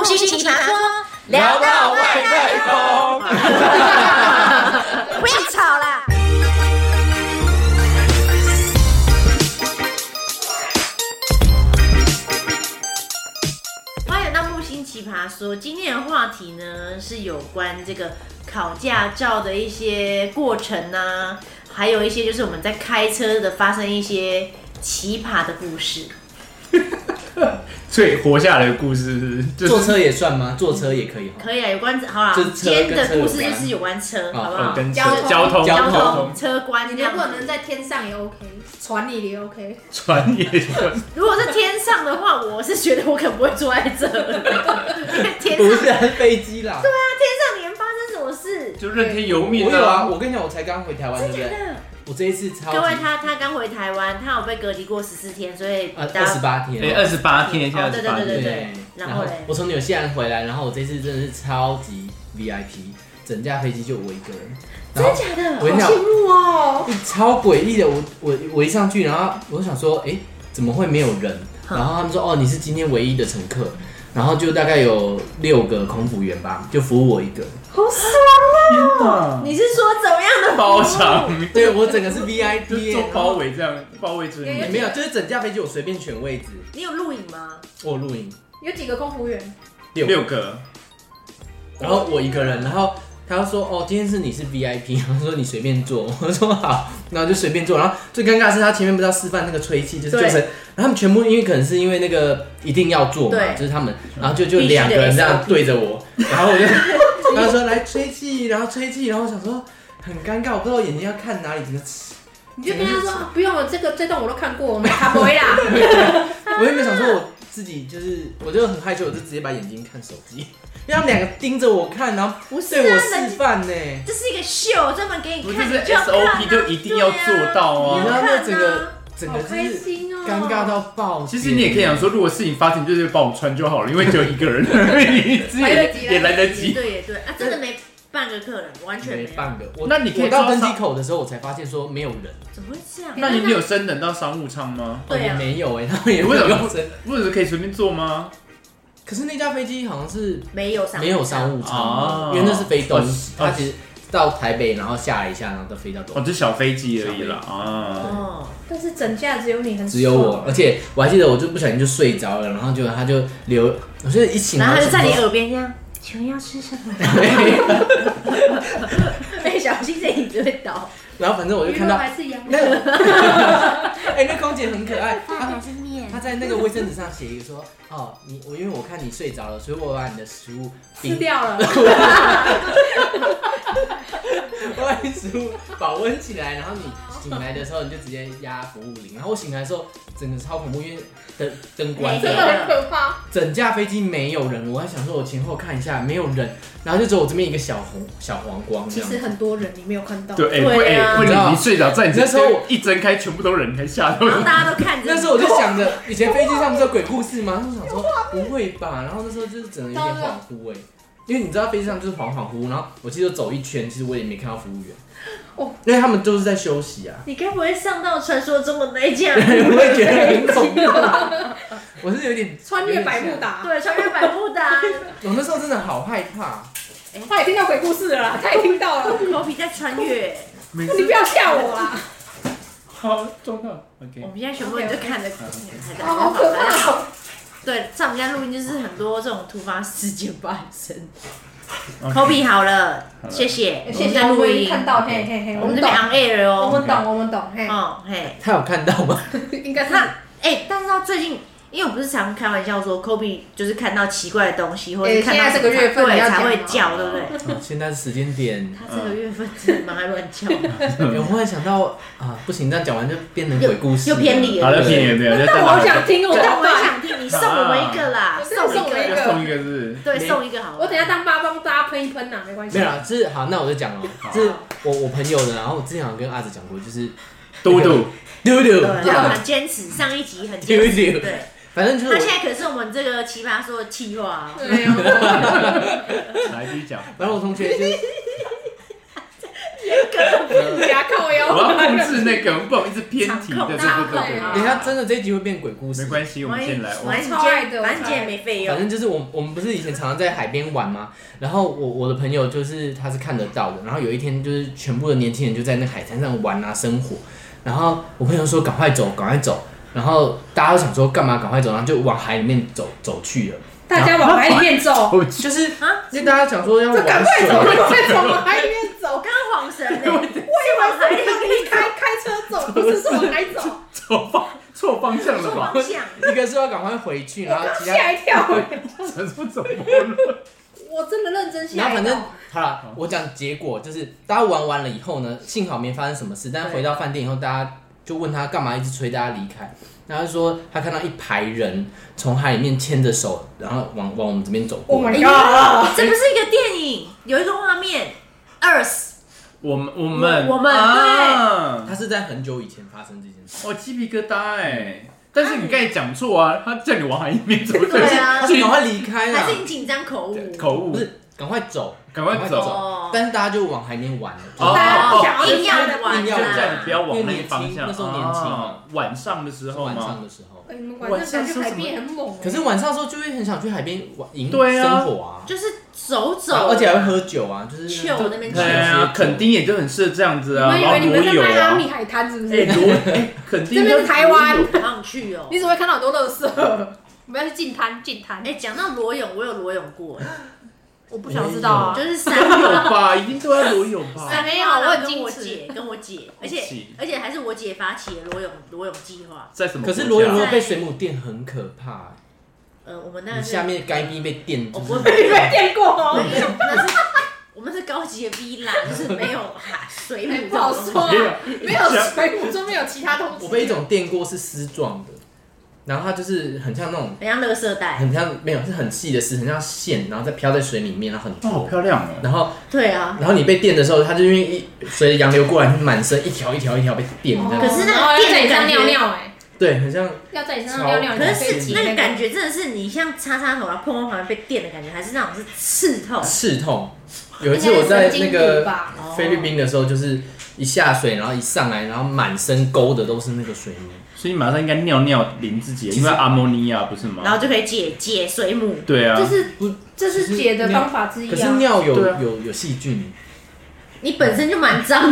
星奇葩说， 聊到外太空。 不要吵啦！欢迎来到木星奇葩说。今天的话题呢是有关这个考驾照的一些过程啊，还有一些就是我们在开车的发生一些奇葩的故事。 所以活下来的故事是， 坐车也算吗？坐车也可以。 可以啊，有关好啦，今天的故事就是有关车，好不好？ 跟交通车关， 你如果能在天上也 OK， 船里也 OK， 船也如果是天上的话，我是觉得我可能不会坐在这，因为天上不是飞机啦。 对啊，天上连发生什么事就任天游命我有啊，我跟你讲，我才刚回台湾，对不对？我这一次超级。 各位，他刚回台湾，他有被隔离过14天，所以 28天。 对，28天，现在28天。 对。然后嘞， 我从纽西兰回来，然后我这次真的是超级 VIP， 整架飞机就我一个人。 真的假的？ 好羡慕哦！ 超诡异的，我一上去，然后我想说，怎么会没有人？然后他们说，哦，你是今天唯一的乘客。然后就大概有6个空服员吧，就服务我一个。 好爽啊！你是说怎么样的包场？ 对，我整个是 VIP， 就做包围这样，包围着你。 没有，就是整架飞机我随便选位置。 你有录影吗？ 我有录影。 有几个空服员 ？6个。 然后我一个人，然后他就说，哦，今天你是 VIP， 他说你随便坐，我说好，然后就随便坐。然后最尴尬的是他前面不是要示范那个吹气，就是救生，然后他们全部因为可能是因为那个一定要做嘛，就是他们，然后就2个人这样对着我，然后我就他说来吹气，然后吹气，然后我想说很尴尬，我不知道眼睛要看哪里，整个你就跟他说不用了，这段我都看过，我们卡不会啦。 我原本想说我自己就是我就很害羞，我就直接把眼睛看手机。因为他们2个盯着我看，然后对我示范呢。 这是一个秀，专门给你看， 就是 SOP 就一定要做到啊！ 你知道那整个就是尴尬到爆。 其实你也可以想说，如果事情发生，就是帮我穿就好了，因为只有一个人，也来得及。 对啊，真的没半个客人，完全没半个。 那你可以到登机口的时候，我才发现说没有人。 怎么会这样？ 那你有升等到商务舱吗？ 对啊， 没有他们也没有升， 不是可以随便坐吗？ 可是那架飞机好像是没有商务舱，因为那是飞东西，它其实到台北，然后下来一下，然后再飞到东西。 哦，就小飞机而已啦。哦， 但是整架只有你很， 只有我，而且我还记得我就不小心就睡着了，然后他就留，我觉得一醒来， 然后他就在你耳边这样，请问要吃什么？小心这椅子会倒。 然后反正我就看到那空姐很可爱，她在那个卫生纸上写一个说，哦，因为我看你睡着了，所以我把你的食物吃掉了， 我把你食物保温起来，然后你醒来的时候你就直接压服务铃，然后我醒来的时候整个超恐怖，因为灯关， 真的很可怕。 整架飞机没有人，我还想说我前后看一下没有人，然后就只有我这边一个小黄光。 其实很多人你没有看到。 对，你睡着在你那时候一睁开，全部都人，还吓到。 然后大家都看着。 那时候我就想着，以前飞机上不是有鬼故事吗？我想说不会吧，然后那时候就是整个有点恍惚因为你知道飞机上就是恍惚，然后我记得走一圈，其实我也没看到服务员。因为他们都是在休息啊。 你该不会上到传说中的那一架？ 我会觉得很恐怖。我是有点穿越百慕达， 对，穿越百慕达。 我那时候真的好害怕。 他也听到鬼故事了啦，他也听到了。 头皮在穿越。 你不要吓我啦。 好，撞到。OK。 我们现在全部人就看着， 好可怕。 对，在我们家录音就是很多这种突发事件发生。Kobe 好了，谢谢录音，看到嘿， 我们这边 on air 哦， 我们懂嘿。 他有看到吗？ 应该是。 但是他最近，因为我不是常开玩笑说 Kobe 就是看到奇怪的东西，或者看到这个月份对才会叫，对不对？ 现在是时间点， 他这个月份真的蛮爱乱叫。 我忽然想到不行，这样讲完就变成鬼故事， 又偏离了。 好了，偏离了， 但我好想听，我也想听，你送我们一个啦， 送一个是， 对，送一个好了。 我等一下当爸帮大家喷一喷呐，没关系。 没有啦，这好，那我就讲哦，这是我朋友的，然后我之前好像跟阿子讲过，就是嘟嘟， 对，很坚持，上一集很坚持，对。 反正就是他现在可是我们这个奇葩说的企划。 没有。 来继续讲。 反正我同学就是。 给他靠腰。 我要控制那个，不然一直偏题。对。 等一下真的这一集会变鬼故事。 没关系，我们先来。 反正今天没费用。 反正就是我们不是以前常常在海边玩吗？然后我的朋友就是他是看得到的，然后有一天就是全部的年轻人就在那海滩上玩啊生火，然后我朋友说赶快走，赶快走，然后大家都想说干嘛赶快走，然后就往海里面走去了。 大家往海里面走， 就是因为大家想说要玩水， 赶快走，再往海里面走。 我刚刚晃神了， 我以为是你开车走，不是往海走。 错方向了吧？ 一个是要赶快回去，然后其他吓一跳。 怎么了？ 我真的认真吓一跳。 然后反正好了，我讲结果就是大家玩完了以后呢，幸好没发生什么事，但是回到饭店以后，大家就问他干嘛一直催大家离开。然后他说他看到一排人从海里面牵着手，然后往我们这边走过。 Oh my god！ 这不是一个电影，有一个画面 ，Earth。 我们对， 他是在很久以前发生这件事。 哦，鸡皮疙瘩哎！但是你刚才讲错啊，他叫你往海里面走， 对啊， 所以赶快离开啊！ 还是你紧张口误？ 不是，赶快走， 赶快走。 但是大家就往海里面玩了， 大家不想要硬要玩， 就叫你不要往那个方向。 那时候年轻， 晚上的时候吗？ 晚上的时候。 你们晚上去海边很猛。 可是晚上的时候就会很想去海边营生活啊， 就是走， 而且还会喝酒啊，就是就那边对啊，垦丁也就很适合这样子啊， 然后裸泳啊。 阿米海滩是不是？ 垦丁这边是台湾， 好想去哦。 你只会看到很多垃圾。我们要去净滩。 讲到裸泳，我有裸泳过。 我不想知道啊， 就是 3有吧，一定都要裸泳吧。 没有，我很跟我姐，而且还是我姐发起的裸泳计划。 在什么？ 可是裸泳如果被水母电很可怕。 我们那下面该逼被电， 我不会被电过哦。 我们是高级的 villa，就是没有水母， 不好说，没有水母，就没有其他东西。 我被一种电过是丝状的。然后它就是很像那种， 很像垃圾袋， 很像没有是很细的丝，很像线，然后再飘在水里面，然后很好漂亮哦。 然后对啊， 然后你被电的时候，它就因为随着洋流过来，就满身一条一条被电。 可是那个电的感觉， 尿尿对，很像要在你身上尿尿。 可是那个感觉真的是你像擦擦头，然后碰碰旁边被电的感觉，还是那种是刺痛？ 刺痛。有一次我在那个菲律宾的时候，就是一下水，然后一上来，然后满身勾的都是那个水母。 所以你马上应该尿尿淋自己，因为阿莫尼亚不是吗？ 然后就可以解水母。 对啊， 这是解的方法之一啊。 可是尿有细菌， 你本身就蛮脏的。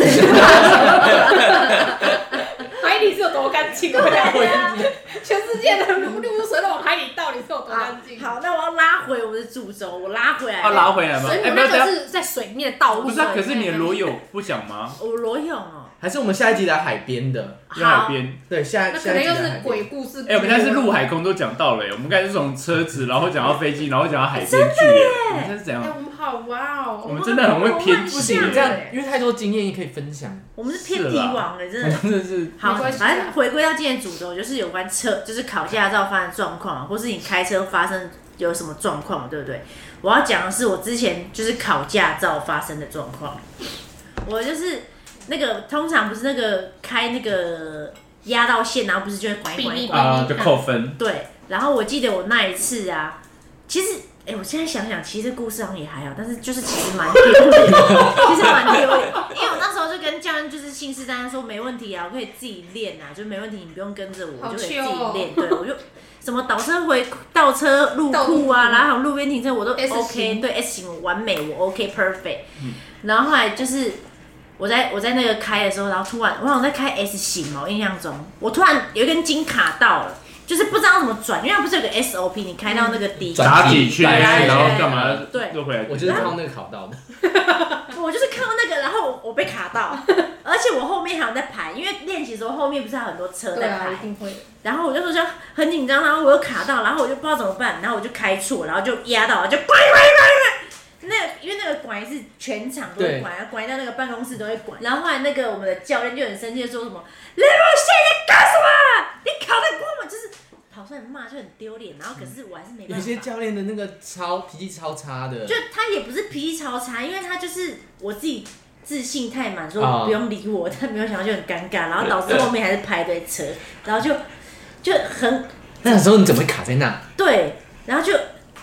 海里是有多干净？对啊，全世界的陆水都往海里倒，你是有多干净？ 好，那我要拉回我们的主轴，我拉回来。 拉回来吗？ 水母那个是在水面的道路。 不是啊，可是你的裸泳不想吗？ 我裸泳哦。 还是我们下一集来海边的， 海边对，下一集那可能又是鬼故事。 我们现在是陆海空都讲到了，我们刚才是从车子，然后讲到飞机，然后讲到海边去，我们现在是怎样？ 我们好哇哦！ 我们真的很会偏题， 这样因为太多经验可以分享。 我们是偏题王真的是。 好，反正回归到今天主轴，就是有关车，就是考驾照发生状况，或是你开车发生有什么状况，对不对？我要讲的是我之前就是考驾照发生的状况，我就是。那个通常不是那个开那个压到线，然后不是就会拐一拐啊，就扣分。 对，然后我记得我那一次啊，其实我现在想想，其实故事好像也还好，但是就是其实蛮丢脸，其实蛮丢脸，因为我那时候就跟教练就是信誓旦旦说没问题啊，我可以自己练啊，就没问题，你不用跟着我，我就可以自己练。对，我就什么倒车入库啊，然后路边停车我都 OK， 对 S 型完美，我 OK perfect。然后后来就是。我在那个开的时候，然后突然我好像在开 S 型嘛，我印象中我突然有一根筋卡到了，就是不知道怎么转，因为它不是有个 SOP， 你开到那个底闸几圈，然后干嘛？ 对， 又回来。 我就是靠那个考到的。 我就是靠那个，然后我被卡到，而且我后面还有在排，因为练习的时候后面不是还有很多车在排， 一定会。 然后我就很紧张，然后我又卡到，然后我就不知道怎么办，然后我就开错，然后就压到，就拐。因为那个拐是全场都会拐，拐到那个办公室都会拐。然后后来那个我们的教练就很生气的说什么：“雷蒙现在干什么？你考得过吗？”就是跑出来骂就很丢脸。然后可是我还是没办法。 有些教练的那个脾气超差的。 就他也不是脾气超差，因为他就是我自己自信太满，说不用理我，但没有想到就很尴尬，然后导致后面还是排队车，然后就很。 那时候你怎么会卡在那？ 对，然后就。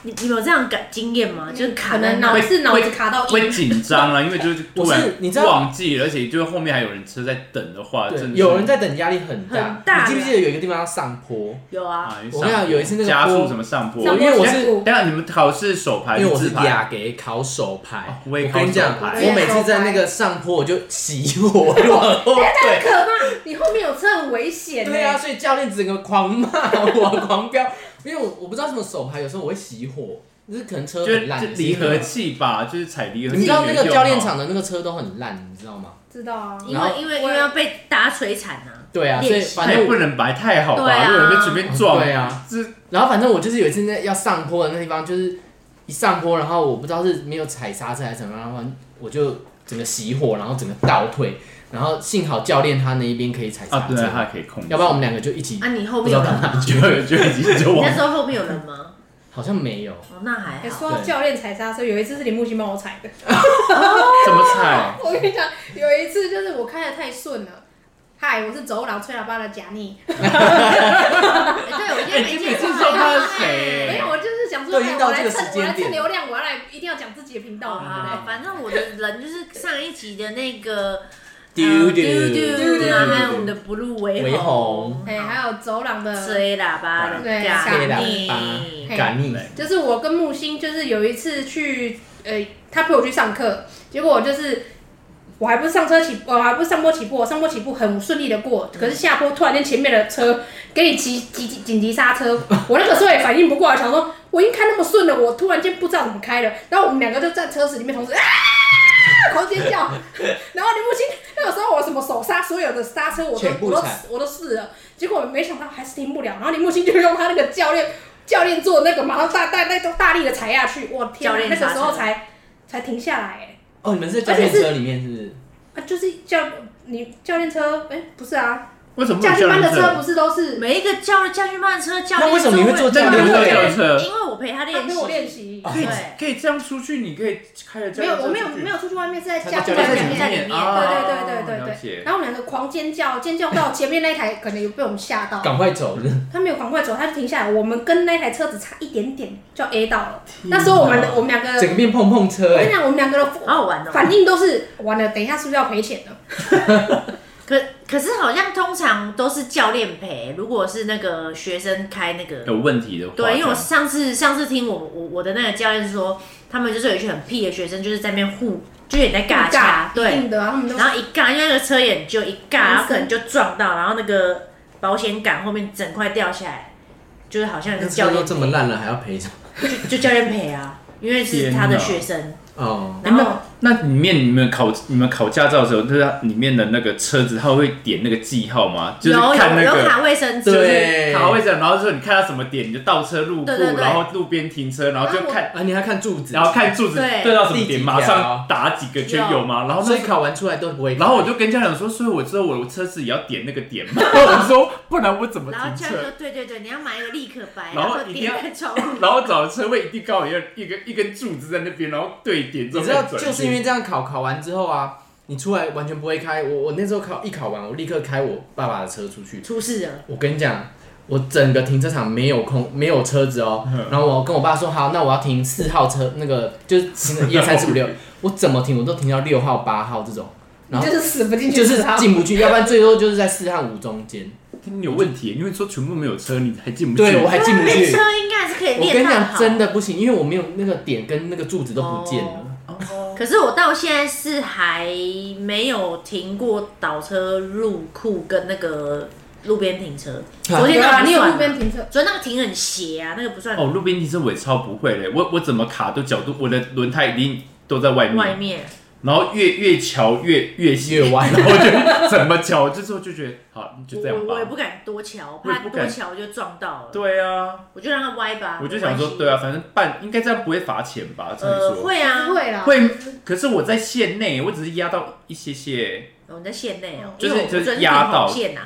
你有这样经验吗？就是卡可能在那脑子卡到会紧张啊，因为就是突然你知道忘记了，而且就是后面还有人车在等的话，真的有人在等，压力很大。 很大你记不记得有一个地方要上坡？ 有啊， 我跟你讲，有一次那个加速什么上坡， 因为我是等下你们考试手牌， 因为我是自排雅给考手牌， 我也跟你讲， 考手牌我每次在那个上坡我就熄火往后退。 很可怕，你后面有车很危险。 对啊，所以教练整个狂骂我，狂飙，因为我不知道什么手牌，有时候我会熄火，就是可能车很烂， 就离合器吧，就是踩离合器。 你知道那个教练场的那个车都很烂，你知道吗？ 知道啊， 因为要被大家摧残啊。 对啊，所以反他也正不能摆太好吧， 对啊如果人被随便撞， 对啊，然后反正我就是有一次要上坡的那地方，就是一上坡，然后我不知道是没有踩刹车还是怎么样，然后我就整个熄火，然后整个倒退，然后幸好教练他那一边可以踩刹车， 对，他可以控制， 要不然我们两个就一起。 啊，你后面有人吗？ 就已经就你忘那时候后面有人吗？ 好像没有。 哦，那还好。 说到教练踩刹车，有一次是林木星帮我踩的。 怎么踩？ 我跟你讲，有一次就是我开的太顺了。嗨，我是走廊吹喇叭的贾妮。 对，我今天你每次说他是谁？ 没有，我就是想说，我来蹭流量，我要来一定要讲自己的频道嘛。 反正我的人就是上一集的那个丢还有我们的 blue 维红， 还有走廊的吹喇叭的嘎尼， 就是我跟木星，就是有一次去，他陪我去上课，结果就是我还不是上坡起步，我上坡起步很顺利的过，可是下坡突然间前面的车给你紧急刹车，我那个时候也反应不过来，想说我已经开那么顺了，我突然间不知道怎么开了，然后我们两个就在车子里面同时狂尖叫，然后林木星那个时候我什么手刹所有的刹车我都试了，结果没想到还是停不了，然后林木星就用他那个教练做那个马上大力的踩下去，我天哪，那个时候才停下来。 哦，你们是在教练车里面是不是？ 啊，就是教练车，不是啊。 为什么驾训班的车不是都是每一个驾训班的车教练？ 那为什么你会坐教练车？ 因为我陪他练习， 我练习。 可以这样出去，你可以开着教练车。 没有，我没有出去外面，是在家里面。 对。然后我们两个狂尖叫到前面那一台可能有被我们吓到， 赶快走。 他没有赶快走，他就停下来。我们跟那台车子差一点点就 A 到了。那时候我们两个整个变碰车。 我跟你讲，我们两个的好好玩哦， 反应都是完了，等一下是不是要赔钱了？ 可是好像通常都是教练陪，如果是那个学生开那个有问题的话， 对，因为我上次听我的那个教练说，他们就是有一群很屁的学生，就是在那边就有点在尬掐，对，然后一尬，因为那个车眼就一尬，然后可能就撞到，然后那个保险杆后面整块掉下来，就是好像是教练都这么烂了还要赔什么？ 就教练赔啊，因为是他的学生。 哦， 然后那里面你们考驾照的时候，就是它里面的那个车子，它会点那个记号吗？就是看那个有卡卫生纸， 对，卡卫生，然后说你看到什么点，你就倒车入库，然后路边停车，然后就看你还看柱子， 然后看柱子对到什么点，马上打几个圈有吗？然后所以考完出来都不会。 然后我就跟家长说，所以我知道我的车子也要点那个点嘛。我说不然我怎么停车？ 然后家长说对，你要买一个立可白， 然后一定要，然后找车位一定刚好要一根柱子在那边，然后对点之后再转。 就是因为这样考完之后啊，你出来完全不会开。我那时候考完，我立刻开我爸爸的车出去。 出事了！ 我跟你讲，我整个停车场没有车子哦。然后我跟我爸说好，那我要停4号车，那个就是停13456。我怎么停我都停到6号8号这种，然后就是死不进去， 就是进不去，要不然最多就是在4和5中间。 你有问题，因为说全部没有车，你还进不去。 对，我还进不去。 车应该是可以练。 我跟你讲，真的不行，因为我没有那个点跟那个柱子都不见了。 可是我到现在是还没有停过倒车入库跟那个路边停车。昨天那个你有路边停车？ 昨天那个停很斜啊，那个不算。 哦，路边停车我也超不会嘞，我怎么卡都角度，我的轮胎一定都在外面。然后越瞧越细越歪， 然后就怎么瞧，这时候就觉得好，就这样吧。 我也不敢多瞧，怕多瞧就撞到了。 对啊， 我就让它歪吧。 我就想说，对啊，反正应该这样不会罚钱吧？这么说会啊， 会啦。 会，可是我在线内，我只是压到一些。 你在线内哦， 就是压到线呐。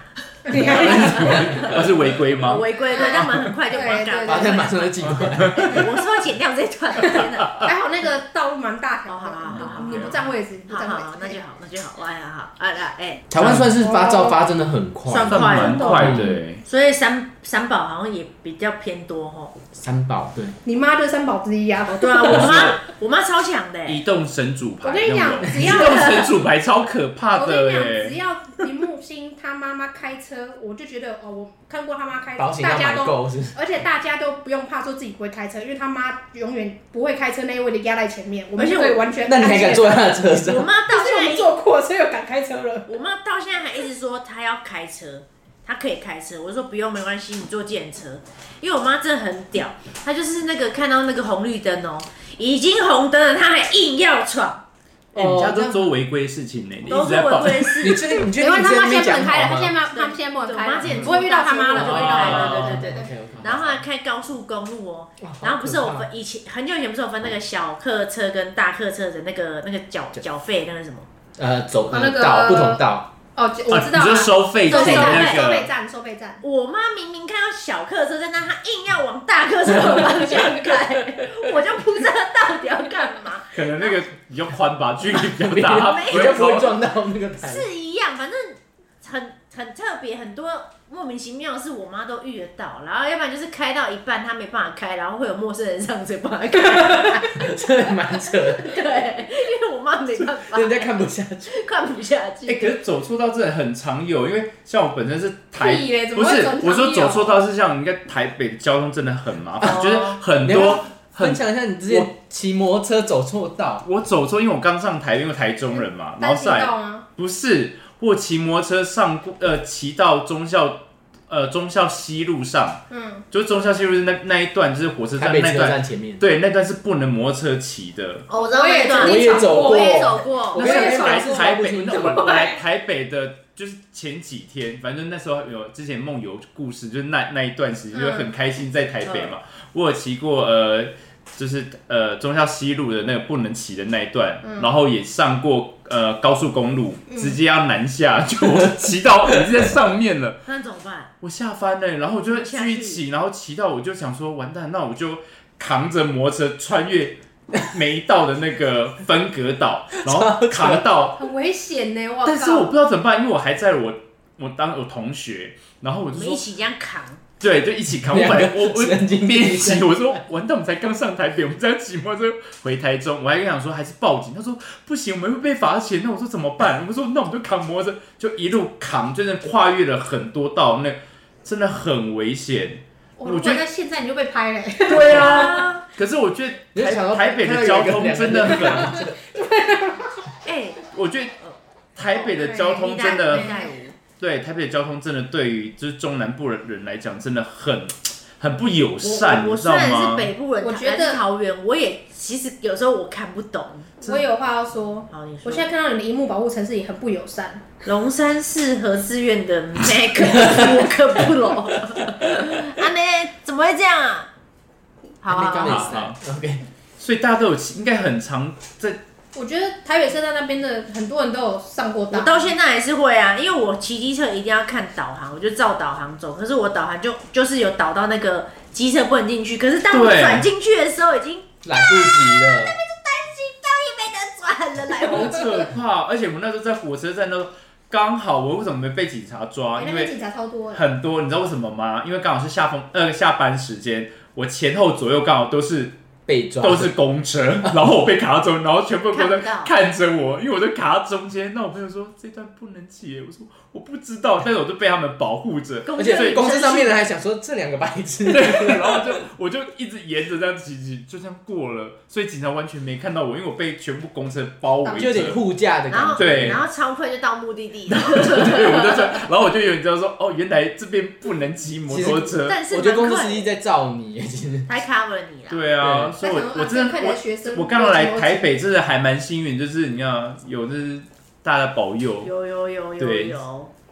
那是违规吗？ 违规的，他们很快就把它把它马上就寄过来。 我说要剪掉这段，天哪！ 还好那个道路蛮大条， 好， 你不占位置，你不占位置， 那就好，哎呀好， 台湾算是发真的很快， 算蛮快的哎。 所以三宝好像也比较偏多吼。 三宝对， 你妈就是三宝之一啊。 对啊，我妈超强的。 移动神主牌， 我跟你讲，只要移动神主牌超可怕的我跟你讲， 哎。 只要林木星他妈妈开车，我就觉得我看过他妈开车， 保险要买够是， 而且大家都不用怕说自己不会开车，因为他妈永远不会开车那一位的压在前面，我们就可以完全。 那你还敢坐在他的车上？ 我妈到现在坐过，所以我敢开车了。 我妈到现在还一直说她要开车。他可以开车，我说不用，没关系，你坐计程车。因为我妈真的很屌，她就是那个看到那个红绿灯哦，已经红灯了，她还硬要闯。 你们家都做违规事情呢， 都做违规事。 你确定？ 因为他妈现在不能开了，他现在不能开了，不会遇到他妈了，就会遇到。对。 然后后来开高速公路哦，然后不是我分以前很久以前不是有分那个小客车跟大客车的那个缴费那个什么？ 走那个道不同道。 哦，我知道， 你说收费站那个收费站。 我妈明明看到小客车在那，她硬要往大客车的方向开，我就不知道到底要干嘛。 可能那个比较宽吧，距离比较大， 比较不会撞到那个台。 是一样，反正很特别，很多莫名其妙的是我妈都遇得到，然后要不然就是开到一半她没办法开，然后会有陌生人上车帮她开， 这蛮扯的。 对，因为我妈没办法， 人家看不下去。 可是走错道真的很常有，因为像我本身是不是我说走错道是像应该台北的交通真的很麻烦，就是很多。 分享一下你之前骑摩托車走错道。 我走错，因为我刚上台，因为台中人嘛，然后再不是我骑摩托车骑到忠孝西路上，就是忠孝西路那一段，就是火车站那段前面， 对，那段是不能摩托车骑的。 哦，我知道那一段， 我也走过。 那是台北，我来台北的。就是前几天，反正那时候有之前梦游故事，就是那一段时间就很开心在台北嘛。我有骑过就是忠孝西路的那个不能骑的那一段，然后也上过高速公路，直接要南下，就骑到已经在上面了。 那怎么办？ 我下翻了，然后我就继续骑，然后骑到我就想说完蛋，那我就扛着摩托车穿越。每一道的那个分隔岛，然后扛到很危险呢，哇！ 但是我不知道怎么办，因为我还在我同学，然后我就说一起这样扛， 对，就一起扛。我边骑，我说完蛋，我们才刚上台北，我们这样骑摩托车回台中，我还跟他讲说还是报警，他说不行，我们会被罚钱。那我说怎么办？我说那我们就扛摩托车，就一路扛，真的跨越了很多道，那真的很危险。 我觉得现在你就被拍了。 对啊，可是我觉得台北的交通真的很，我觉得台北的交通真的，对台北的交通真的对于就是中南部的人来讲真的很不友善， 我知道吗？ 虽然是北部人， 我觉得桃园，我也其实有时候我看不懂。 我有话要说，我现在看到你的萤幕保护程式也很不友善。 龙山市和志愿的 MacBook Pro， 怎么会这样啊？ 好 ，OK。所以大家都有应该很常在。 我觉得台北车站那边的很多人都有上过当， 我到现在还是会啊，因为我骑机车一定要看导航，我就照导航走。可是我导航就是有导到那个机车不能进去，可是当我转进去的时候已经来不及了， 那边就担心到也没得转了，来不及。 好可怕！而且我们那时候在火车站都刚好，我为什么没被警察抓？因为警察超多， 很多，你知道为什么吗？因为刚好是下班时间，我前后左右刚好都是公车，然后我被卡到中，然后全部都在看着我，因为我就卡到中间。那我朋友说这段不能骑，我说我不知道，但是我就被他们保护着， 而且公车上面的人还想说这两个白痴， 然后我就一直沿着这样骑，就这样过了，所以警察完全没看到我，因为我被全部公车包围着， 就有点护驾的感觉， 对， 然后超快就到目的地， 对，我就这样，然后我就有人知道说哦，原来这边不能骑摩托车， 但是我觉得公司司机在罩你，其实还 cover 你啦， 对啊，所以我真的我刚刚来台北，真的还蛮幸运，就是你看有就是大家保佑， 有。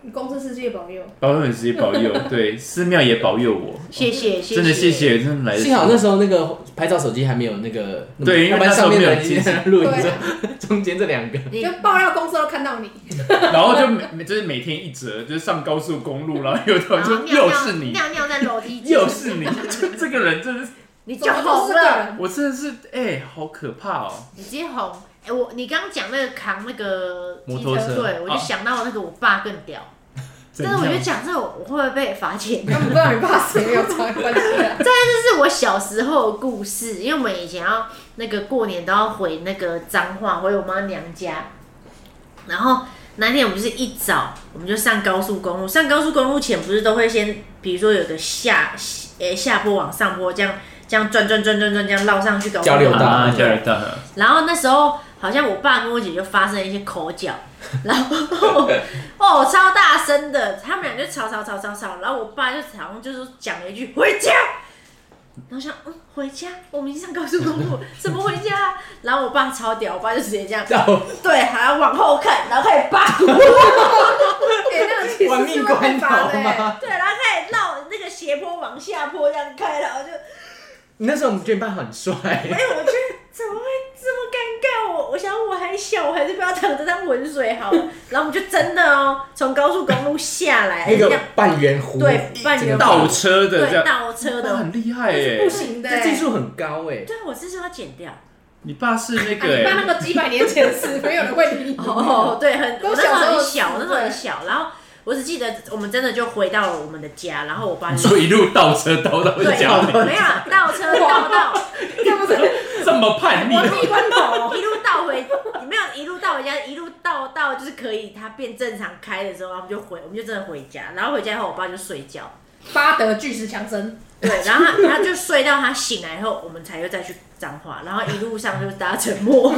公司世界保佑， 保佑你世界保佑，对，寺庙也保佑我， 谢谢， 真的谢谢，真的来得及。 幸好那时候那个拍照手机还没有那个， 对，因为那时候没有机器， 录影中间这2个， 就爆料公司都看到你， 然后就是每天一折，就是上高速公路，然后有突然就又是你， 尿尿在楼梯间， 又是你，就这个人真的是， 你就红了， 我真的是好可怕哦， 你直接红。你刚刚讲那个扛那个摩托车， 对我就想到那个我爸更屌。但是我觉得讲这个我会不会被罚钱？ 他们不知道你爸谁有啥关系啊？ 这是我小时候的故事，因为我们以前要那个过年都要回那个彰化，回我妈娘家。然后那天我们就是一早我们就上高速公路，上高速公路前不是都会先，比如说有个下坡往上坡这样转这样绕上去高速公路。 交流道， 交流道。 然后那时候好像我爸跟我姐就发生了一些口角，然后超大声的，他们俩就吵，然后我爸就好像就是讲了一句回家，然后想回家，我们已经上高速公路，怎么回家啊？然后我爸超屌，我爸就直接这样，对，还要往后看，然后开始扒， 那个其实是会被罚的吗？ 对，然后开始绕那个斜坡往下坡这样开，然后就。 那时候我们觉得爸很帅， 我觉得怎么会这么尴尬？我想我还小，我还是不要躺着当浑水好了。然后我们就真的从高速公路下来， 那个半圆弧， 对，半圆弧倒车的， 对，倒车的， 很厉害耶， 不行的， 这技术很高哎。 对，我这是要剪掉。 你爸是那个， 你爸那个几百年前的事，没有人会理你。 对，我那时候很小，然后。我只记得我们真的就回到了我们的家，然后我爸就说一路倒车倒到家里， 没有倒车倒到， 这么叛逆， 我一关头一路倒回，没有一路倒回家，一路倒就是可以它变正常开的时候，我们就真的回家，然后回家后我爸就睡觉， 巴德巨石强森， 对，然后他就睡到他醒来后，我们才又再去彰化，然后一路上就是大家沉默。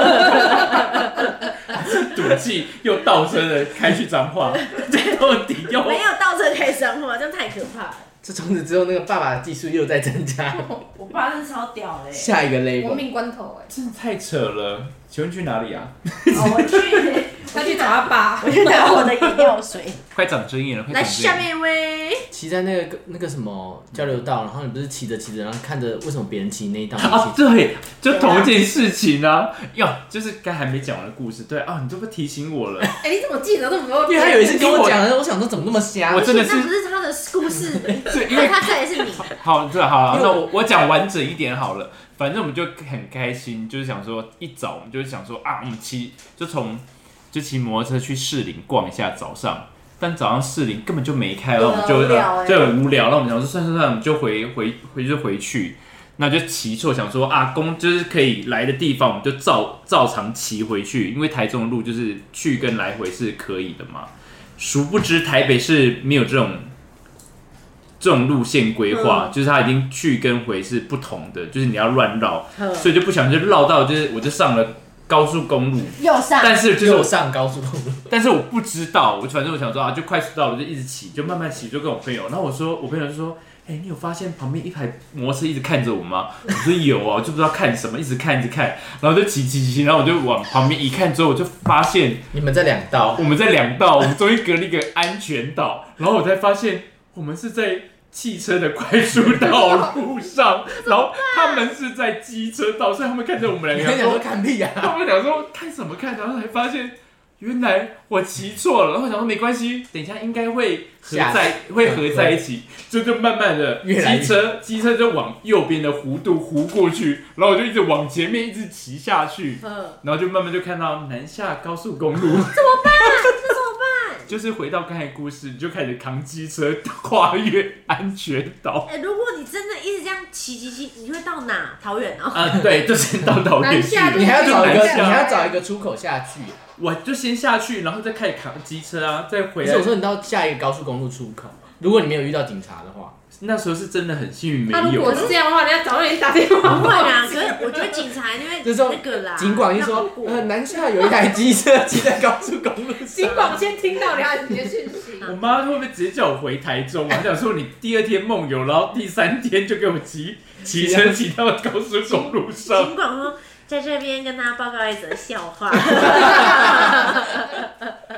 赌气又倒车的开去彰化，这到底要没有倒车开彰化，这样太可怕了。 这从此之后，那个爸爸的技术又在增加。 我爸真的超屌嘞！ 下一个 level， 亡命关头真的太扯了。请问去哪里啊？ 我去， 他去找他爸， 我去拿我的饮料水。 快长针眼了， 来下面一位。 骑在那个什么交流道，然后你不是骑着，然后看着为什么别人骑那一道？ 对，就同一件事情啊。就是刚还没讲完的故事，对啊，你这不提醒我了。 你怎么记得那么多？ 因为他有一次跟我讲的，我想说怎么那么瞎？ 我真的是， 那不是他的故事， 对，因为他这也是你。 好，那我讲完整一点好了。反正我们就很开心，就是想说一早我们就是想说我们骑摩托车去士林逛一下早上，但早上士林根本就没开，然后我们就很无聊，然后我们想说算，我们就回去，那就骑错，想说就是可以来的地方，我们就照常骑回去，因为台中的路就是去跟来回是可以的嘛。殊不知台北是没有这种路线规划，就是它已经去跟回是不同的，就是你要乱绕，所以就不小心就绕到，就是我就上了高速公路， 右上， 但是就是我上高速公路， 但是我不知道，反正我想说就快速到了，就一直骑，就慢慢骑，就跟我朋友，然后我朋友就说，你有发现旁边一排摩托车一直看着我吗？我说有啊，就不知道看什么，一直看，然后就骑，然后我就往旁边一看之后，我就发现你们在两道， 我们在两道，我们中间隔了一个安全岛，然后我才发现我们是在汽车的快速道路上，然后他们是在机车道，所以他们看着我们两个想说看屁啊！ 他们想说看什么看，然后才发现原来我骑错了，然后想说没关系，等一下应该会合在一起，就慢慢的机车就往右边的弧度弧过去，然后我就一直往前面一直骑下去，然后就慢慢就看到南下高速公路，怎么办？ 就是回到刚才的故事，你就开始扛机车跨越安全岛。 如果你真的一直这样骑，你会到哪？桃园对，就是到桃园去。 你还要找一个出口下去。 我就先下去，然后再开始扛机车啊，再回来。 可是我说你到下一个高速公路出口，如果你没有遇到警察的话。 那时候是真的很幸运没有。 如果是这样的话，人家早就已经打电话。 不会啦，可是我觉得警察因为那个啦， 警广一说，南下有一台机车骑在高速公路上。 警广先听到人家直接讯息。 我妈会不会直接叫我回台中？我想说你第2天梦游，然后第3天就给我骑车骑到高速公路上。 警广说，在这边跟大家报告一则笑话。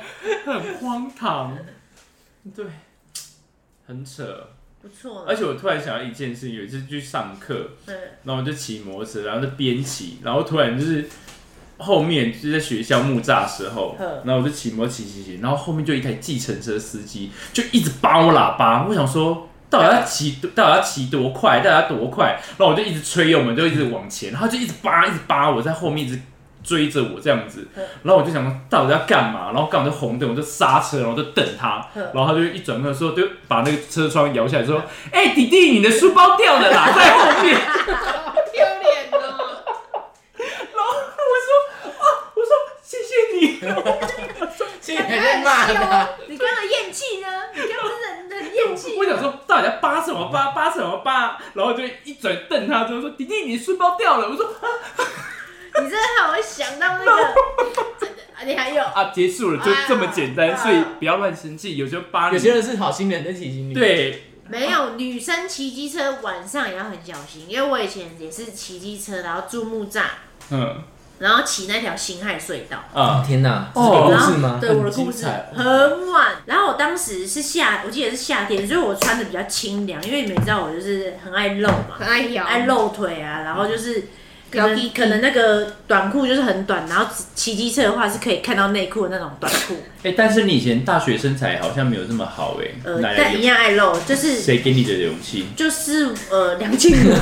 很荒唐，对，很扯。 不错。 而且我突然想到一件事，有一次去上课，然后我就骑摩托车，然后就边骑，然后突然就是后面就是在学校木栅的时候，然后我就骑摩托骑，然后后面就一台计程车司机就一直扒我喇叭，我想说到底要骑多快，到底要多快，然后我就一直吹油门，就一直往前，然后就一直扒我，在后面一直追着我这样子，然后我就想说到底要干嘛，然后刚好就红灯，我就刹车，然后就等他，然后他就一转过来说，就把那个车窗摇下来说：“哎、弟弟，你的书包掉了啦，在后面。” 好丢脸哦！ 然后我说谢谢你， 现在还在骂他。 你刚刚厌气呢？你刚刚是很厌气。 我想说到底要扒什么扒，然后就一转瞪他，之后说：“弟弟，你的书包掉了。”我说：“ 你真的让我想到那个，真的，你还有啊，结束了，就这么简单，所以不要乱生气。有时候扒你， 有些人是好心人的起心理。 对。 没有女生骑机车晚上也要很小心，因为我以前也是骑机车，然后住木栅，然后骑那条辛亥隧道。 啊！天哪，这是个故事吗？ 对，我的故事很晚。然后我当时是我记得是夏天，所以我穿的比较清凉，因为你们知道我就是很爱露嘛， 很爱摇， 爱露腿啊，然后就是可能那个短裤就是很短，然后骑机车的话是可以看到内裤的那种短裤。 但是你以前大学身材好像没有这么好但一样爱露，就是谁给你的勇气？ 就是梁静茹。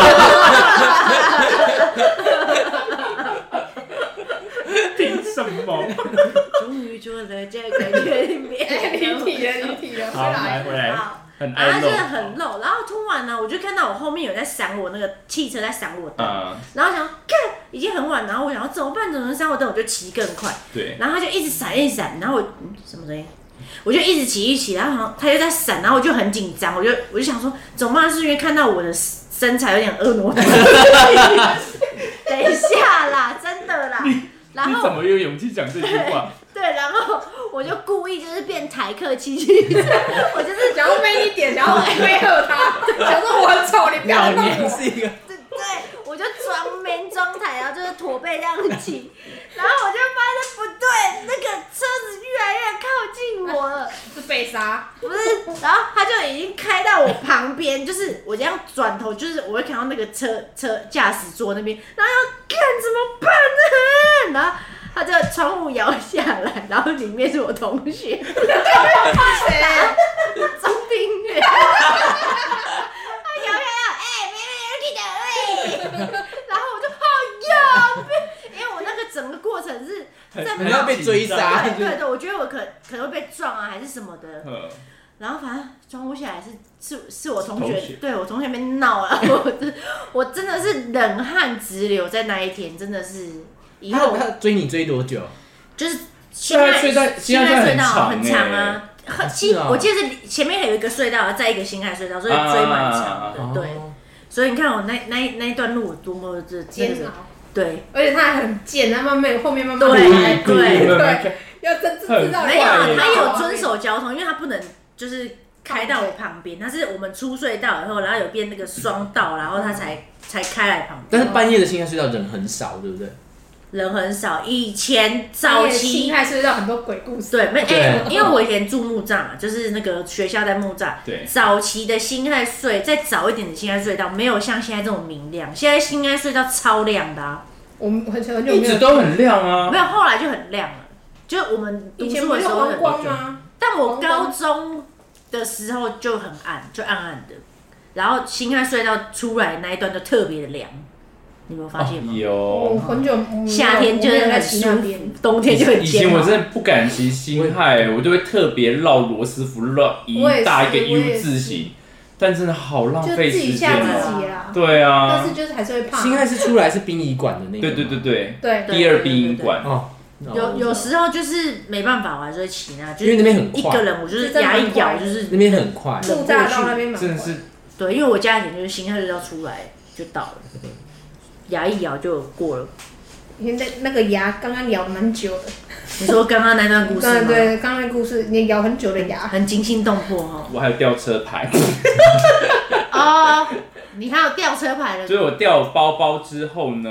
凭什么？ 终于做了这个决定。 离题了， 好，回来。很然后就是很露，然后突然呢，我就看到我后面有在闪我那个汽车在闪我灯，然后想看已经很晚，然后我想要怎么办？怎么闪我灯？我就骑更快， 对， 然后他就一直闪，然后什么东西？我就一直骑，然后他又在闪，然后我就很紧张，我就想说怎么办？是因为看到我的身材有点婀娜。等一下啦，真的啦。然后你怎么有勇气讲这句话？ 对，然后我就故意就是变台客骑机车，我就是想要背一点，然后配合他，想说我很丑，你不要弄我。 是一个。 对，我就装 man 装台，然后就是驼背这样骑，然后我就发现不对，那个车子越来越靠近我了， 是被杀， 不是，然后他就已经开到我旁边，就是我这样转头，就是我会看到那个车驾驶座那边，然后要看怎么办呢？然后他这个窗户摇下来，然后里面是我同学， 谁？ 张冰月，他摇下来，没人记得，然后我就好呀，因为我那个整个过程是很要被追杀， 对，我觉得我可能会被撞啊，还是什么的。然后反正窗户下来是我同学，对我同学那边闹啊，我真的是冷汗直流，在那一天真的是。以后他追你追多久？ 就是辛亥隧道很长啊，我记得是前面还有一个隧道，再一个辛亥隧道，所以追蛮长的，对。所以你看我那一段路多么的煎熬， 对， 而且他还很贱，他后面慢慢对， 要知道没有，他有遵守交通，因为他不能就是开到我旁边，他是我们出隧道以后，然后有变那个双道，然后他才开来旁边。 但是半夜的辛亥隧道人很少，对不对？ 人很少，以前早期辛亥隧道很多鬼故事。 对，因为我以前住木栅嘛，就是那个学校在木栅。 对。 早期的辛亥隧，再早一点的辛亥隧道，没有像现在这种明亮。现在辛亥隧道超亮的啊！ 我们很久没有， 一直都很亮啊。 没有，后来就很亮了。就我们读书的时候很光吗？ 但我高中的时候就很暗，就暗暗的。然后辛亥隧道出来那一段就特别的亮。你有没有发现吗？ 有， 很久， 夏天就是很舒服，冬天就很以前我真的不敢骑辛亥，我就会特别绕罗斯福绕一大一个 U 字形，但真的好浪费时间啊！ 对啊， 但是就是还是会怕。 辛亥是出来是殡仪馆的那个， 对，第二殡仪馆哦。 有时候就是没办法，我还是会骑那， 因为那边很快， 一个人我就是牙一咬，就是那边很快， 木栅到那边真的是对，因为我家以前就是辛亥隧道出来就到了。牙一咬就过了。 现在那个牙刚刚咬蛮久的。 你说刚刚那段故事吗？ 对，刚刚那故事你咬很久的牙， 很惊心动魄哈。 我还有吊车牌。 哦，你还有吊车牌的？ 就是我掉包包之后呢，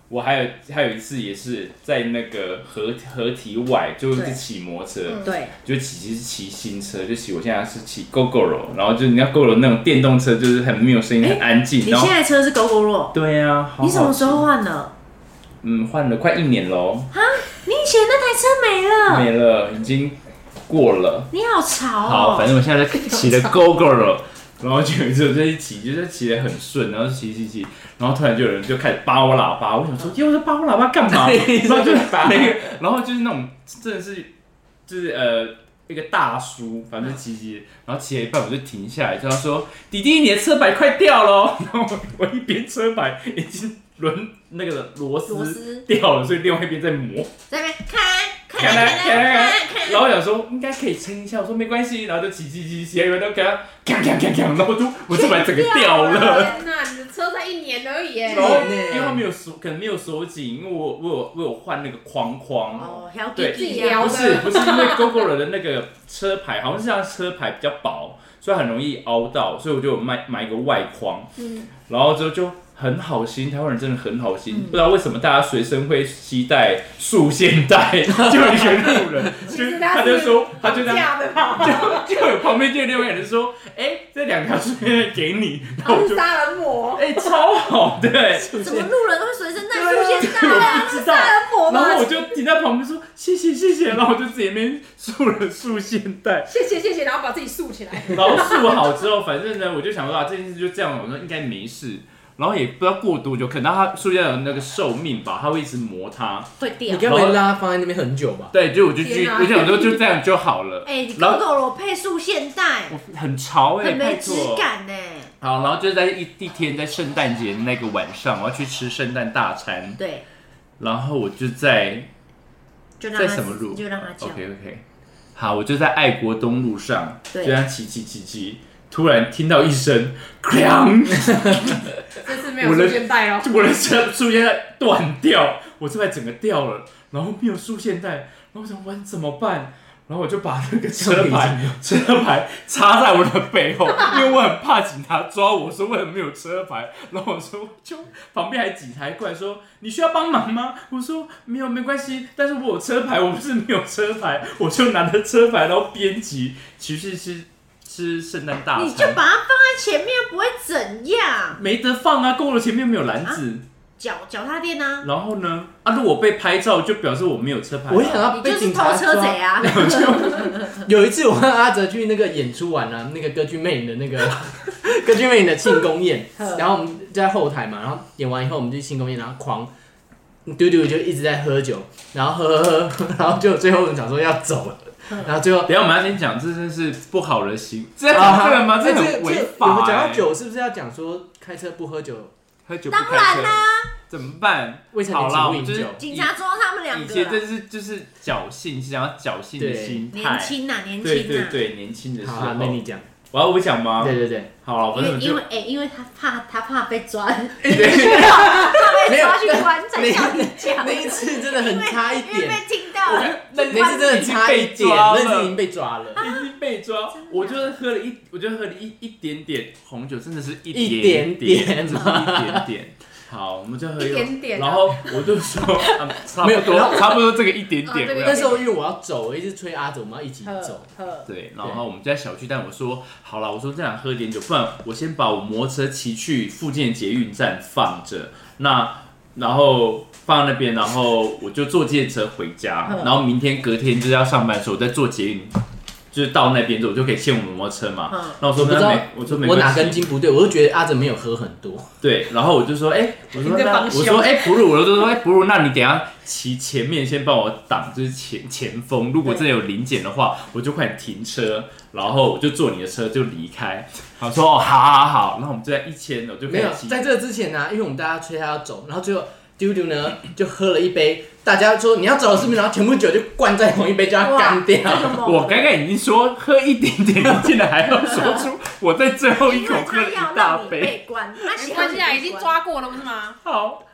我还有一次也是在那个河堤外，就是骑摩托车， 对， 就骑新车，就骑我现在是骑 Gogoro， 然后就你要 Gogoro 那种电动车，就是很没有声音，很安静。 你现在车是 Gogoro？ 对啊， 你什么时候换的？ 换了快1年喽。 哈，你以前那台车没了？ 没了，已经过了。 你好潮哦！ 好，反正我现在在骑的 Gogoro。然后就有一次我在一起，就是骑得很顺，然后骑，然后突然就有人就开始扒我喇叭，我想说，又是扒我喇叭干嘛？然后就然后就是那种真的是就是一个大叔，反正骑，然后骑了一半我就停下来，就他说：“弟弟，你的车牌快掉了。”然后我一边车牌已经那个螺丝掉了，所以另外一边在磨， 在那边看，然后我想说应该可以撑一下，我说没关系，然后就骑，一边都给他然后我车牌整个掉了。 天哪，你的车才1年而已耶！ 然后因为他可能没有锁紧，因为我有换那个框。 哦， 对， 自己撩的。 不是因为 Gogoro 的那个车牌好像是它车牌比较薄，所以很容易凹到，所以我就有买一个外框。然后之后就很好心，台湾人真的很好心，不知道为什么大家随身会携带束线带，就有一个路人，他就说，他就这样，就有旁边就有另外一个人说，这2条束线带给你，然后我就杀人魔， 超好，对， 怎么路人都会随身带束线带啊？ 知道， 杀人魔吗？ 然后我就停在旁边说谢谢，然后我就自己那边束了束线带， 谢谢，然后把自己束起来， 然后束好之后，反正呢，我就想说这件事就这样，我说应该没事。然后也不知道过多久，可能它塑胶有那个寿命吧，它会一直磨它， 会掉。 你该不会拉放在那边很久吧？ 对，就我想说就这样就好了。 你 Gogoro 配束线带， 很潮很没质感好，然后就在一天在圣诞节那个晚上，我要去吃圣诞大餐。 对。 然后我就在什么路？ 就让他叫。 OK。好，我就在爱国东路上，就这样骑。突然听到一声“锵”， 这次没有束线带哦， 我的束线带断掉，我车牌整个掉了，然后没有束线带，然后我想玩怎么办？然后我就把那个车牌插在我的背后，因为我很怕警察抓我，说为什么没有车牌？然后我说就旁边还几台过来说你需要帮忙吗？我说没关系，但是我有车牌，我不是没有车牌，我就拿着车牌然后边骑，其实是吃圣诞大餐， 你就把它放在前面，不会怎样？ 没得放啊，Gogoro前面没有篮子。 脚踏垫啊。 然后呢？如果被拍照，就表示我没有车牌。 我想要被警察抓。 你就是偷车贼啊！ 有一次我和阿哲去那个演出完啊，那个歌剧魅影的那个歌剧魅影的庆功宴，然后我们就在后台嘛，然后演完以后我们就去庆功宴，然后丢就一直在喝酒，然后喝，然后就最后我们想说要走了。然后最后， 等一下我们要先讲，这真是不好的行，这要讲这个吗？这很违法。 我们讲到酒，是不是要讲说开车不喝酒？ 喝酒不开车，当然啦，怎么办？ 未成年请勿饮酒。 警察抓他们2个。 以前就是侥幸，是想要侥幸的心态。 年轻啊， 对，年轻的时候。 好，那你讲。 我讲吗？ 对。 好了， 因为他怕被抓，怕被抓去关才叫你讲。 那一次真的很差一点， 因为被听到了。 那次真的差一点，那次已经被抓了， 已经被抓。我就喝了一点点红酒，真的是一点点。 好，我们就喝一点点， 然后我就说差不多这个一点点。 那时候因为我要走，我一直催阿哲，我们要一起走。 对，然后我们在小巨蛋，我说好了，我说这样喝点酒，不然我先把我摩托车骑去附近的捷运站放着，然后放在那边，然后我就坐计程车回家，然后隔天就是要上班的时候，我再坐捷运。就是到那边之后，我就可以牵我摩托车嘛。那我说没， 我哪根筋不对，我就觉得阿哲没有喝很多。 对，然后我就说，普鲁，那你等一下骑前面先帮我挡，就是前锋。如果真的有临检的话，我就快点停车，然后我就坐你的车就离开。好说好，然后我们就在1000，我就可以骑。 没有，在这之前呢，因为我们大家催他要走，然后最后丢呢就喝了一杯。大家说你要走了是不是？然后全部酒就灌在同一杯，叫他干掉。 我刚刚已经说喝一点点，你竟然还要说出我在最后一口喝了一大杯。 没关系啊，已经抓过了不是吗？ 好，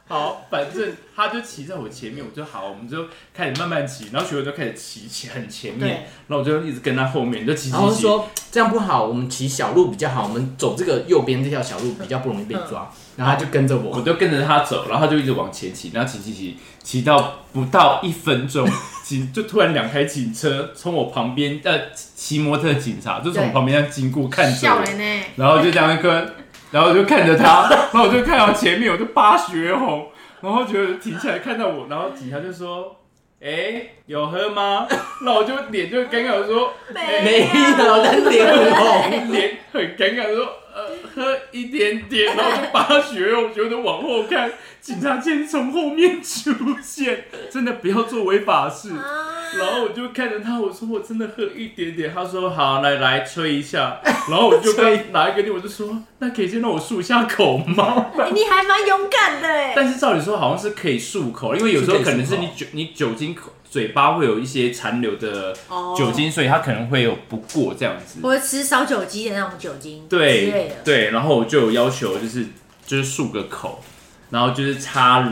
好，反正他就骑在我前面，我就好，我们就开始慢慢骑，然后学友就开始骑很前面，然后我就一直跟他后面，就骑。 然后说这样不好，我们骑小路比较好，我们走这个右边这条小路比较不容易被抓。然后他就跟着我就跟着他走，然后他就一直往前骑，然后骑到不到1分钟，就突然2台警车从我旁边，骑摩托的警察就从我旁边这样经过看着我，然后就这样然后我就看着他，然后我就看到前面我就8血红，然后觉得停下来看到我，然后警察就说。有喝吗？那我就脸就尴尬，我说没有，但脸很红， 脸很尴尬，说喝一点点，然后就8血红，我就往后看，警察竟然从后面出现，真的不要做违法事。然后我就看着他，我说我真的喝一点点，他说好，来吹一下，然后我就拿一个我就说那可以先让我漱一下口吗？ 你还蛮勇敢的哎。 但是照理说好像是可以漱口，因为有时候可能是你酒精嘴巴会有一些残留的酒精，所以它可能会有不过这样子， 或者吃烧酒鸡的那种酒精之类的。 对，然后我就有要求就是漱个口。然后就是差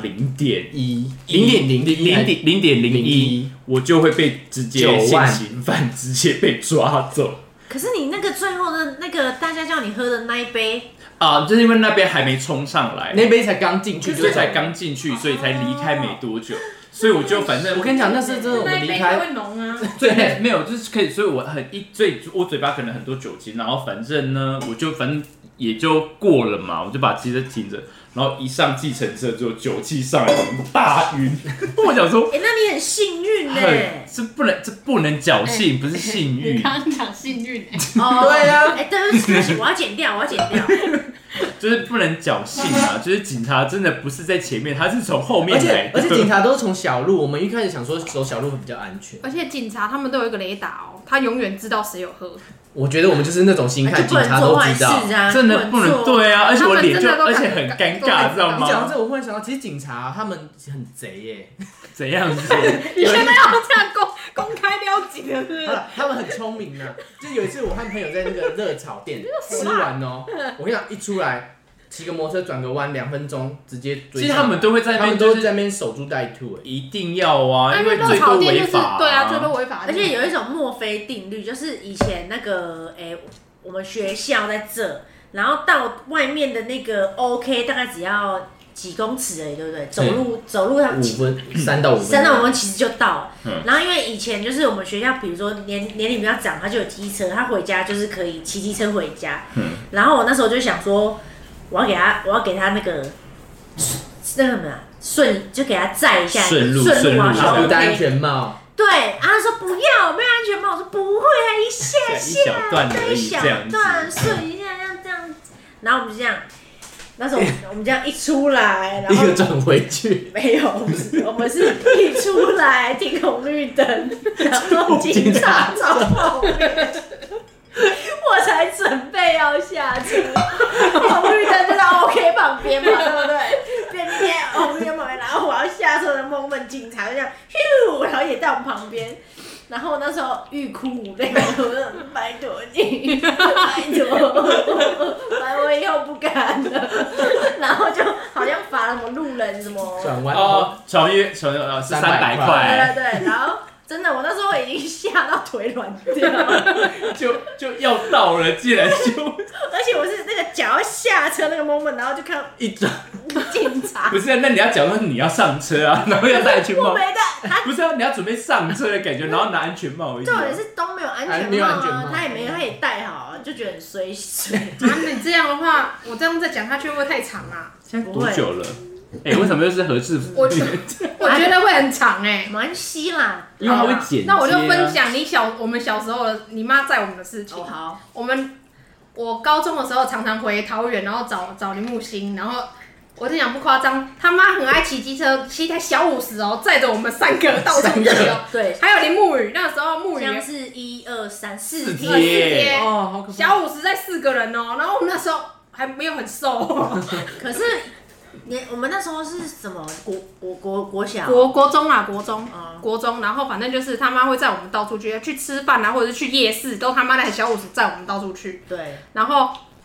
0.01，我就会被直接现行犯直接被抓走。 可是你那个最后的那个大家叫你喝的那一杯就是因为那边还没冲上来， 那杯才刚进去， 所以才刚进去，所以才离开没多久。所以我就反正我跟你讲，那是真的，我们离开会浓啊。 对，没有就是可以，所以我我嘴巴可能很多酒精，然后反正呢，我就反正也就过了嘛，我就把机车停着。然后一上计程车之后，酒气上来，大晕。我想说， 那你很幸运呢。 这不能侥幸，不是幸运。 你刚刚讲幸运对啊。 对不起，我要剪掉。 就是不能侥幸啊！就是警察真的不是在前面，他是从后面来的。 而且警察都是从小路，我们一开始想说走小路会比较安全。 而且警察他们都有一个雷达他永远知道谁有喝。 我觉得我们就是那种心态，警察都知道， 真的不能对啊！而且我脸而且很尴尬，知道吗？ 你讲到这，我忽然想到，其实警察他们很贼耶。 怎样子？ 你现在要这样公开撩警的是不是？ 他们很聪明的。就有一次，我和朋友在那个热炒店吃完我跟你讲，一出来骑个摩托车转个弯2分钟，直接追上。 其实他们都会在那边， 都在那边守株待兔。 一定要啊，因为最多违法。 对啊，最多违法。 而且有一种墨菲定律，就是以前那个我们学校在这，然后到外面的那个 OK 大概只要几公尺而已，对不对？走路它 3到5分其实就到了。然后因为以前就是我们学校，比如说年龄比较长，他就有机车，他回家就是可以骑机车回家。然后我那时候就想说，我要给他那个什么就给他载一下顺路啊，戴安全帽。 对，他说不要，没有安全帽。我说不会啊，一小段而已， 这样顺一下，这样子。然后我们就这样，那时候我们这样一出来，然后一个转回去， 没有，我们是一出来停红绿灯，然后警察找后面，我才准备要下车，红绿灯就在 OK 旁边嘛，对不对？边红绿灯旁边，然后我要下车的 moment， 警察就这样，然后也在我们旁边。然后那时候欲哭无泪，我说拜托你，拜托，我以后不敢了。然后就好像罚什么路人什么转弯超越是300块， 对，然后真的我那时候已经吓到腿软掉， 就要到了，竟然就， 而且我是那个脚要下车那个 moment， 然后就看到一转警察， 不是，那你要讲说你要上车啊，然后要戴安全帽， 我没戴， 不是啊，你要准备上车的感觉，然后拿安全帽而已。 重点是都没有安全帽啊，他也没有，他也戴好，就觉得很衰。 你这样的话，我这样再讲下去会不会太长啊？ 现在多久了？为什么又是何志福？ 我觉得会很长没关系啦， 因为他会剪接。 那我就分享我们小时候的你妈载我们的事情。 好， 我高中的时候常常回桃园，然后找林木星，然后我真讲不夸张，他妈很爱骑机车，骑一台小50载着我们3个到处去对， 还有林木宇，那个时候木宇是1、2、3、4 贴哦，好可怕。 小50载4个人然后我们那时候还没有很瘦可是我们那时候是什么国小国中啦，国中，然后反正就是他妈会载我们到处去吃饭啊，或者是去夜市，都他妈那台小50载我们到处去。 对， 然后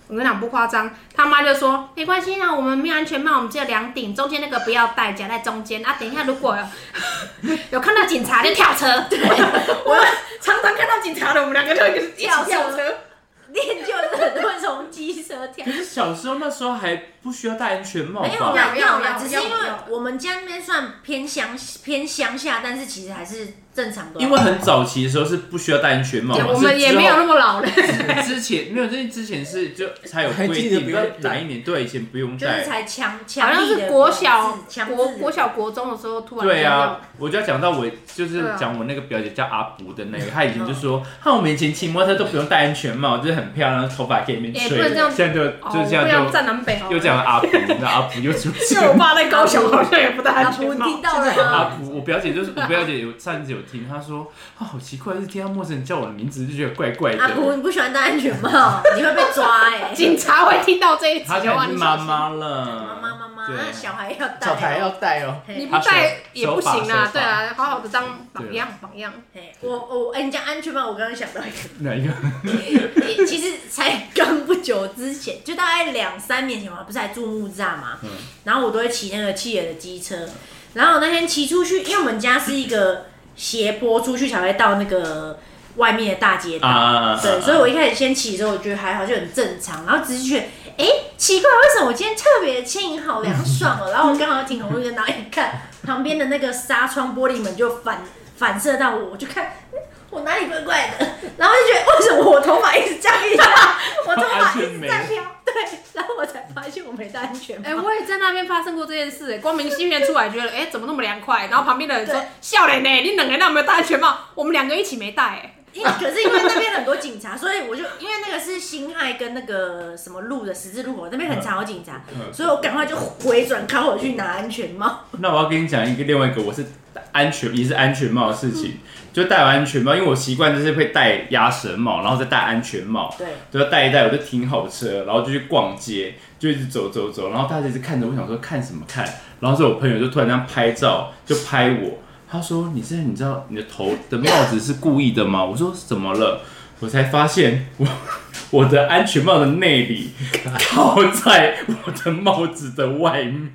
我跟你讲不夸张，他妈就说没关系啊，我们没有安全帽，我们只有2顶，中间那个不要戴，夹在中间啊。等一下如果有看到警察就跳车。对，我常常看到警察的，我们2个就一起跳车。 练就很多从机车跳。 可是小时候那时候还不需要戴安全帽吧？ 没有啦，要啦，只是因为我们家那边算偏乡下，但是其实还是正常的。 因为很早期的时候是不需要戴安全帽嘛， 我们也没有那么老了。 之前没有，之前是就才有规定，哪一年对以前不用戴， 就是才强好像是国小国中的时候突然。 对啊，我就要讲到我就是讲我那个表姐叫阿布的那个，她以前就说，我们以前骑摩托车都不用戴安全帽，就是很漂亮，头发可以面吹。现在就是这样就站南北又讲阿布，那阿布又出现。 是我爸在高雄好像也不戴安全帽。 听到了阿布，我表姐上次有听，她说好奇怪，是听到陌生人叫我的名字就觉得怪怪的。 阿布，你不喜欢戴安全帽，你会被抓警察会听到这一集。 她现在是妈妈了。 妈，那小孩要戴。 小孩要戴哦。 你不戴也不行啊，对啊，好好的当榜样。 你讲安全帽，我刚刚想到一个。 哪一个？ 其实才刚不久之前，就大概2-3年前嘛，不是还住木栅嘛，然后我都会骑那个企鹅的机车，然后我那天骑出去，因为我们家是一个斜坡出去才会到那个外面的大街道，对，所以我一开始先骑的时候，我觉得还好，就很正常，然后只是觉得，奇怪，为什么我今天特别轻盈，好凉爽哦？然后我刚好停红绿灯，然后一看旁边的那个纱窗玻璃门就反射到我就看。我哪里怪怪的，然后就觉得为什么我头发一直这样一下，我头发一直在飘，对，然后我才发现我没戴安全帽。 我也在那边发生过这件事，光明新片出来觉得，怎么那么凉快？然后旁边的人说，笑脸呢，你2个人有没有戴安全帽？我们2个一起没戴。 可是因为那边很多警察，所以我就因为那个是新爱跟那个什么路的十字路口那边很常有警察，所以我赶快就回转靠回去拿安全帽。 那我要跟你讲另外一个，我是也是安全帽的事情，就戴完安全帽，因为我习惯就是会戴鸭舌帽，然后再戴安全帽， 对， 就要戴一戴，我就停好车，然后就去逛街，就一直走，然后大家一直看着我，想说看什么看，然后是我朋友就突然这样拍照，就拍我。他说：“你知道你的头的帽子是故意的吗？”我说：“怎么了？”我才发现我的安全帽的内里靠在我的帽子的外面。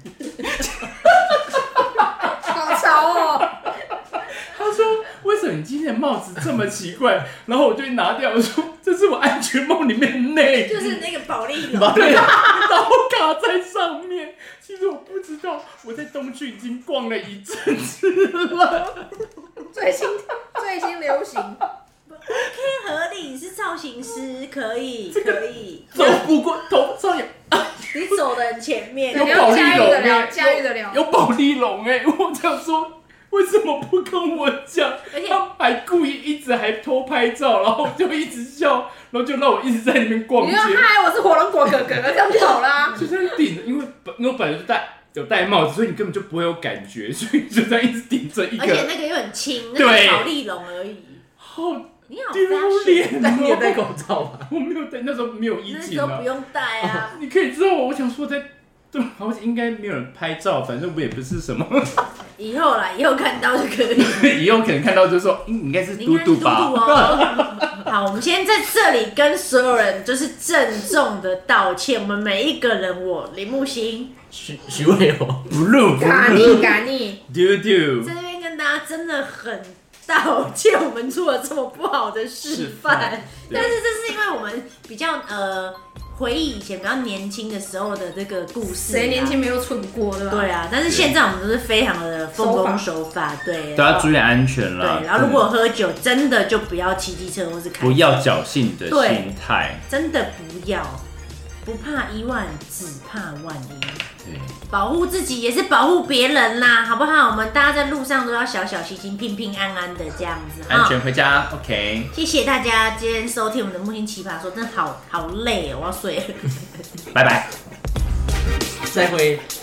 好潮哦！ 他说：“为什么你今天的帽子这么奇怪？”然后我就拿掉，我说：“这是我安全帽里面的内里， 就是那个保利龙， 对，然后卡在上面。”其实我不知道，我在东区已经逛了一阵子了。 最新流行 ，OK 合理，是造型师，可以。 走不过头上有， 你走得很前面， 有保利龙驾驭得了， 有保利龙我这样说。为什么不跟我讲？他还故意一直还偷拍照，然后就一直笑，然后就让我一直在那边逛街。 你说嗨，我是火龙果哥哥，这样就好啦。 就在顶着，因为我本来就有戴帽子，所以你根本就不会有感觉，所以就这样一直顶着一个。 而且那个又很轻，那个保利龙而已。 好你好丢脸但你有戴口罩吗？ 我没有戴，那时候没有疫情啊。 那时候不用戴啊。 你可以知道我想说对，好像应该没有人拍照，反正我也不是什么。 以后看到就可以。 以后可能看到就说，应该是嘟嘟吧。 好，我们先在这里跟所有人就是郑重的道歉，我们每一个人，我林木星、 许伟豪、 嘎尼、 丢丢， 在这边跟大家真的很道歉，我们出了这么不好的示范。但是这是因为我们比较回忆以前比较年轻的时候的这个故事， 谁年轻没有蠢过，对吧？ 对啊，但是现在我们都是非常的奉公守法，对， 都要注意安全啦。 对，然后如果喝酒，真的就不要骑机车或是开车， 不要侥幸的心态， 真的不要，不怕1万，只怕万一。 对， 保护自己也是保护别人啦，好不好？我们大家在路上都要小小心心、平平安安的这样子， 安全回家。OK， 谢谢大家今天收听我们的木星奇葩说，真的好累哦，我要睡了， 拜拜， 再会。